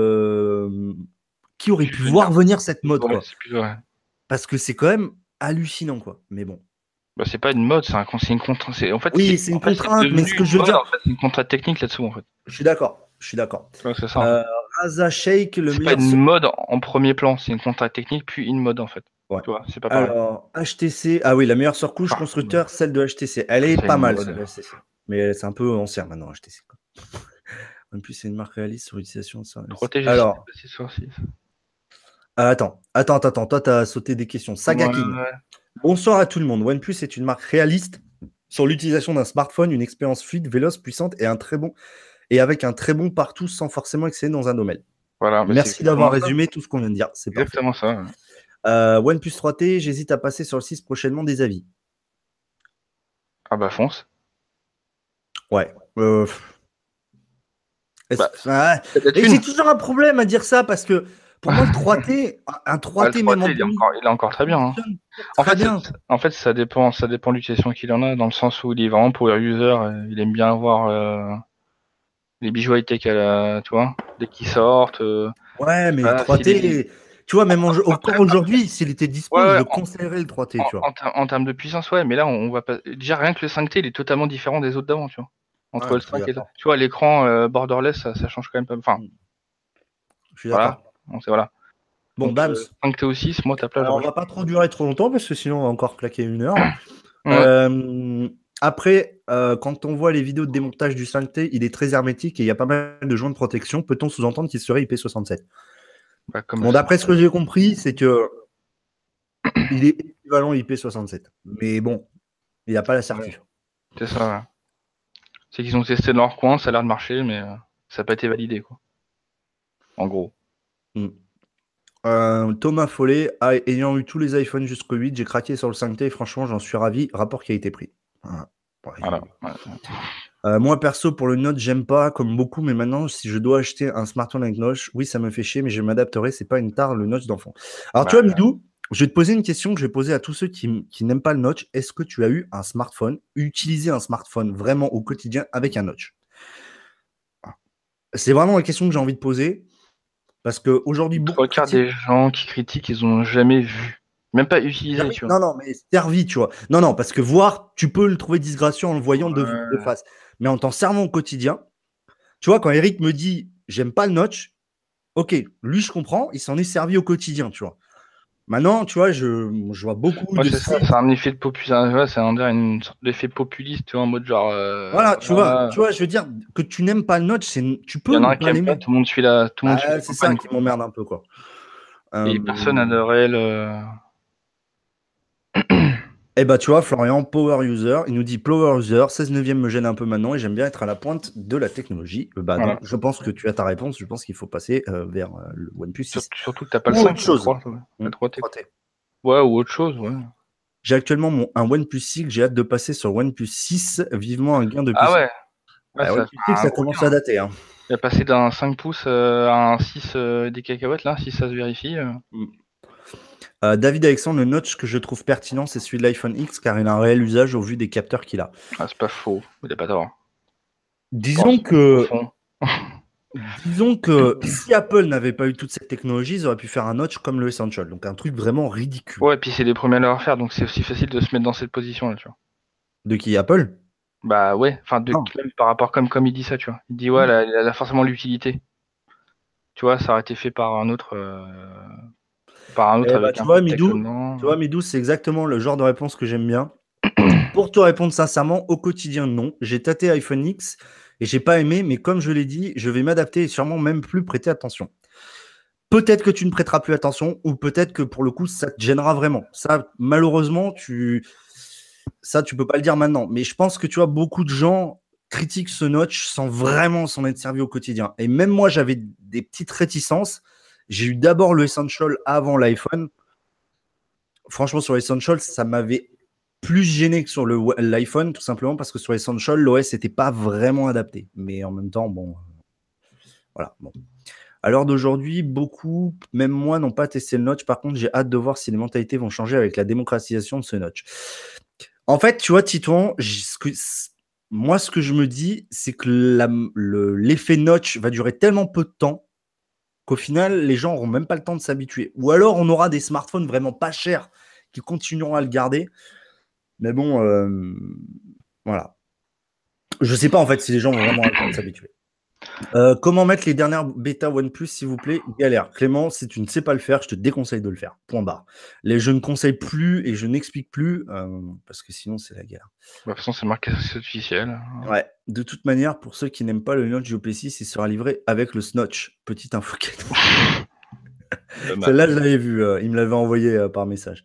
qui aurait pu voir venir cette mode, quoi. Parce que c'est quand même hallucinant, quoi. Mais bon. Bah, c'est pas une mode, c'est une contrainte. En fait, oui, c'est une contrainte, mais ce que je veux dire. En fait, c'est une contrainte technique là-dessous, en fait. Je suis d'accord. Ouais, c'est ça. Raza Shake, le c'est meilleur. pas une mode en premier plan, c'est une contrainte technique, puis une mode, en fait. Ouais. Tu vois, c'est pas pareil. Alors, HTC, ah oui, la meilleure surcouche constructeur, celle de HTC. Elle est pas mal, celle de HTC. Mais c'est un peu ancien maintenant, HTC. En plus, c'est une marque réaliste sur l'utilisation de ça. Alors, attends. Toi, tu as sauté des questions. Saga King. Ouais. Bonsoir à tout le monde. OnePlus est une marque réaliste sur l'utilisation d'un smartphone, une expérience fluide, véloce, puissante et avec un très bon partout sans forcément excéder dans un domaine. Voilà, merci d'avoir résumé tout ce qu'on vient de dire. C'est exactement ça. OnePlus 3T, j'hésite à passer sur le 6 prochainement des avis. Ah bah fonce. Ouais. Et j'ai toujours un problème à dire ça parce que pour moi, le 3T, un 3T, même il est encore très bien. Hein. En fait, ça dépend de l'utilisation qu'il en a, dans le sens où il est vraiment power user, il aime bien avoir les bijoux high-tech, tu vois, dès qu'ils sortent. Ouais, mais le 3T, tu vois, même encore aujourd'hui, s'il était dispo, je le conseillerais le 3T, tu vois. En termes de puissance, ouais, mais là, on va pas. Déjà, rien que le 5T, il est totalement différent des autres d'avant, tu vois. Entre le 5 et le. Tu vois, l'écran borderless, ça change quand même pas. Enfin. Je suis d'accord. Voilà. Bon, donc, Bams. 5T ou 6, moi, ta place. On va pas trop durer trop longtemps parce que sinon, on va encore claquer 1 heure. Après, quand on voit les vidéos de démontage du 5T, il est très hermétique et il y a pas mal de joints de protection. Peut-on sous-entendre qu'il serait IP67 ? Bon, d'après ce que j'ai compris, c'est que il est équivalent IP67. Mais bon, il n'y a pas la certitude. C'est ça. Ouais. C'est qu'ils ont testé dans leur coin, ça a l'air de marcher, mais ça n'a pas été validé, quoi. En gros. Thomas Follet, ayant eu tous les iPhones jusqu'au 8, j'ai craqué sur le 5T et franchement, j'en suis ravi. Rapport qui a été pris. Voilà. Moi, perso, pour le Note, j'aime pas, comme beaucoup, mais maintenant, si je dois acheter un smartphone avec Notch, oui, ça me fait chier, mais je m'adapterai. C'est pas une tare, le Notch d'enfant. Alors, tu vois, Midou, je vais te poser une question que je vais poser à tous ceux qui n'aiment pas le Notch. Est-ce que tu as eu un smartphone, utilisé un smartphone vraiment au quotidien avec un Notch ? C'est vraiment la question que j'ai envie de poser. Parce qu'aujourd'hui, beaucoup de des gens qui critiquent, ils n'ont jamais vu. Même pas utilisé, tu vois. Non, mais servi, tu vois. Non, parce que voir, tu peux le trouver disgracieux en le voyant de face. Mais en t'en servant au quotidien, tu vois, quand Eric me dit j'aime pas le Notch, ok, lui je comprends, il s'en est servi au quotidien, tu vois. Maintenant, tu vois, je vois beaucoup de. C'est un effet de populisme, c'est une sorte d'effet populiste, tu vois, en mode genre. Voilà, tu vois, je veux dire que tu n'aimes pas le Notch, tu peux. Il y en a un qui aime pas, tout le monde suit la. C'est ça qui m'emmerde un peu, quoi. Et personne n'a de réel. Eh bah, tu vois, Florian, power user, il nous dit power user, 16 neuvième me gêne un peu maintenant et j'aime bien être à la pointe de la technologie. Donc, je pense que tu as ta réponse. Je pense qu'il faut passer vers le OnePlus 6. Surtout que tu n'as pas le 5, chose. 3T. Ouais, ou autre chose, ouais. J'ai actuellement un OnePlus 6, j'ai hâte de passer sur OnePlus 6, vivement un gain de puissance. Ah ouais, ça commence à dater. Hein. Il a passé d'un 5 pouces à un 6 des cacahuètes, là, si ça se vérifie. David Alexandre, le notch que je trouve pertinent, c'est celui de l'iPhone X, car il a un réel usage au vu des capteurs qu'il a. Ah, c'est pas faux, il n'a pas tort. Disons pense, au que, fond. disons que si Apple n'avait pas eu toute cette technologie, ils auraient pu faire un notch comme le Essential. Donc un truc vraiment ridicule. Ouais, et puis c'est les premiers à l'avoir faire, donc c'est aussi facile de se mettre dans cette position-là, tu vois. De qui Apple? Bah ouais, enfin, Non. même par rapport comme il dit ça, tu vois. Il dit, ouais, elle a forcément l'utilité. Tu vois, ça aurait été fait par un autre Eh bah, avec un peu de tech Tu là-dedans. vois, Midou, c'est exactement le genre de réponse que j'aime bien. Pour te répondre sincèrement, au quotidien, non. J'ai tâté iPhone X et j'ai pas aimé, mais comme je l'ai dit, je vais m'adapter et sûrement même plus prêter attention. Peut-être que tu ne prêteras plus attention ou peut-être que pour le coup, ça te gênera vraiment. Ça, malheureusement, tu peux pas le dire maintenant. Mais je pense que tu vois, beaucoup de gens critiquent ce notch sans vraiment s'en être servi au quotidien. Et même moi, j'avais des petites réticences. J'ai eu d'abord le Essential avant l'iPhone. Franchement, sur l'Essential, ça m'avait plus gêné que sur l'iPhone, tout simplement parce que sur l'Essential, l'OS n'était pas vraiment adapté. Mais en même temps, bon, voilà. Bon. À l'heure d'aujourd'hui, beaucoup, même moi, n'ont pas testé le notch. Par contre, j'ai hâte de voir si les mentalités vont changer avec la démocratisation de ce notch. En fait, tu vois, Titouan, moi, ce que je me dis, c'est que l'effet notch va durer tellement peu de temps qu'au final, les gens n'auront même pas le temps de s'habituer. Ou alors, on aura des smartphones vraiment pas chers qui continueront à le garder. Mais bon, voilà. Je sais pas en fait si les gens vont vraiment avoir le temps de s'habituer. Comment mettre les dernières bêta OnePlus, s'il vous plaît? Galère. Clément, si tu ne sais pas le faire, je te déconseille de le faire. Point barre. Je ne conseille plus et je n'explique plus parce que sinon, c'est la guerre. Bah, de toute façon, c'est marqué officiel. Ouais. De toute manière, pour ceux qui n'aiment pas le notch du OP6, il sera livré avec le snotch. Petite info cadeau. Celle-là, je l'avais vue. Il me l'avait envoyé par message.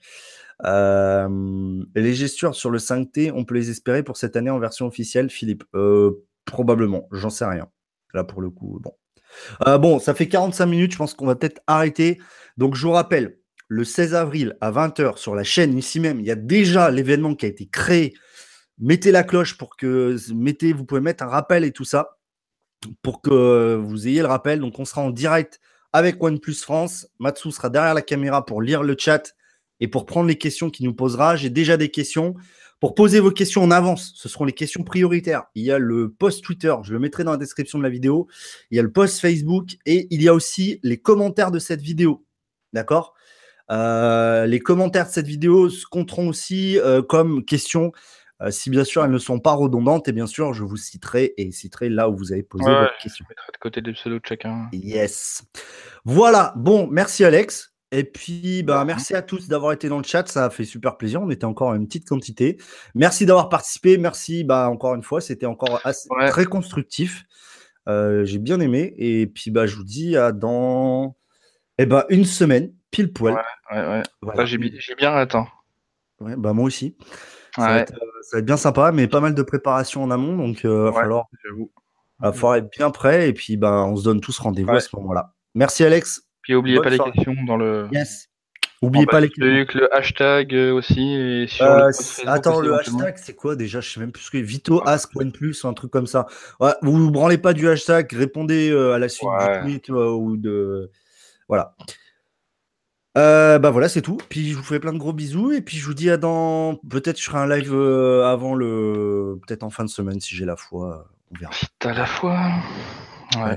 Les gestures sur le 5T, on peut les espérer pour cette année en version officielle, Philippe? Probablement. J'en sais rien. Là, pour le coup, bon. Bon, ça fait 45 minutes, je pense qu'on va peut-être arrêter. Donc, je vous rappelle, le 16 avril à 20h sur la chaîne, ici même, il y a déjà l'événement qui a été créé. Mettez la cloche pour que. Vous pouvez mettre un rappel et tout ça pour que vous ayez le rappel. Donc, on sera en direct avec OnePlus France. Matsu sera derrière la caméra pour lire le chat et pour prendre les questions qu'il nous posera. J'ai déjà des questions. Pour poser vos questions en avance, ce seront les questions prioritaires. Il y a le post Twitter, je le mettrai dans la description de la vidéo. Il y a le post Facebook et il y a aussi les commentaires de cette vidéo. D'accord? Les commentaires de cette vidéo compteront aussi comme questions. Si bien sûr elles ne sont pas redondantes, et bien sûr je vous citerai et citerai là où vous avez posé Ouais, votre je question. mettrai de côté des pseudos de chacun. Yes. Voilà. Bon, merci Alex. Et puis, Bah, merci à tous d'avoir été dans le chat. Ça a fait super plaisir. On était encore à une petite quantité. Merci d'avoir participé. Merci, encore une fois. C'était encore ouais. très constructif. J'ai bien aimé. Et puis, je vous dis à dans une semaine, pile Ouais, poil. ouais. Voilà. J'ai bien hâte, hein. Ouais, moi aussi. Ouais, Ça va être bien sympa, mais pas mal de préparation en amont. Donc, ouais, j'avoue. va falloir être bien prêt. Et puis, on se donne tous rendez-vous à Ouais. ce moment-là. Merci Alex. Puis oubliez Bonne pas les soirée. questions dans le. Yes. En Oubliez bas pas les du questions. truc, le hashtag aussi, et sur le post Facebook Attends, aussi le éventuellement. hashtag, c'est quoi déjà? Je sais même plus ce que Vito Ask OnePlus ou un truc comme ça. Ouais, vous vous branlez pas du hashtag, répondez à la suite du Ouais. tweet ou de. Voilà. Voilà, c'est tout. Puis je vous fais plein de gros bisous et puis je vous dis à dans. Peut-être je ferai un live avant le. Peut-être en fin de semaine si j'ai la foi. On verra. Si t'as la foi. Ouais. Ouais.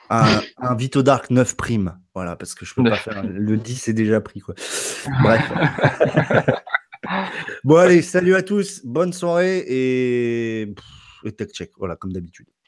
Un Vito Dark 9 prime. Voilà, parce que je peux pas 9. faire. Le 10 est déjà pris, quoi. Bref. Bon, allez, salut à tous, bonne soirée et tech check, voilà, comme d'habitude.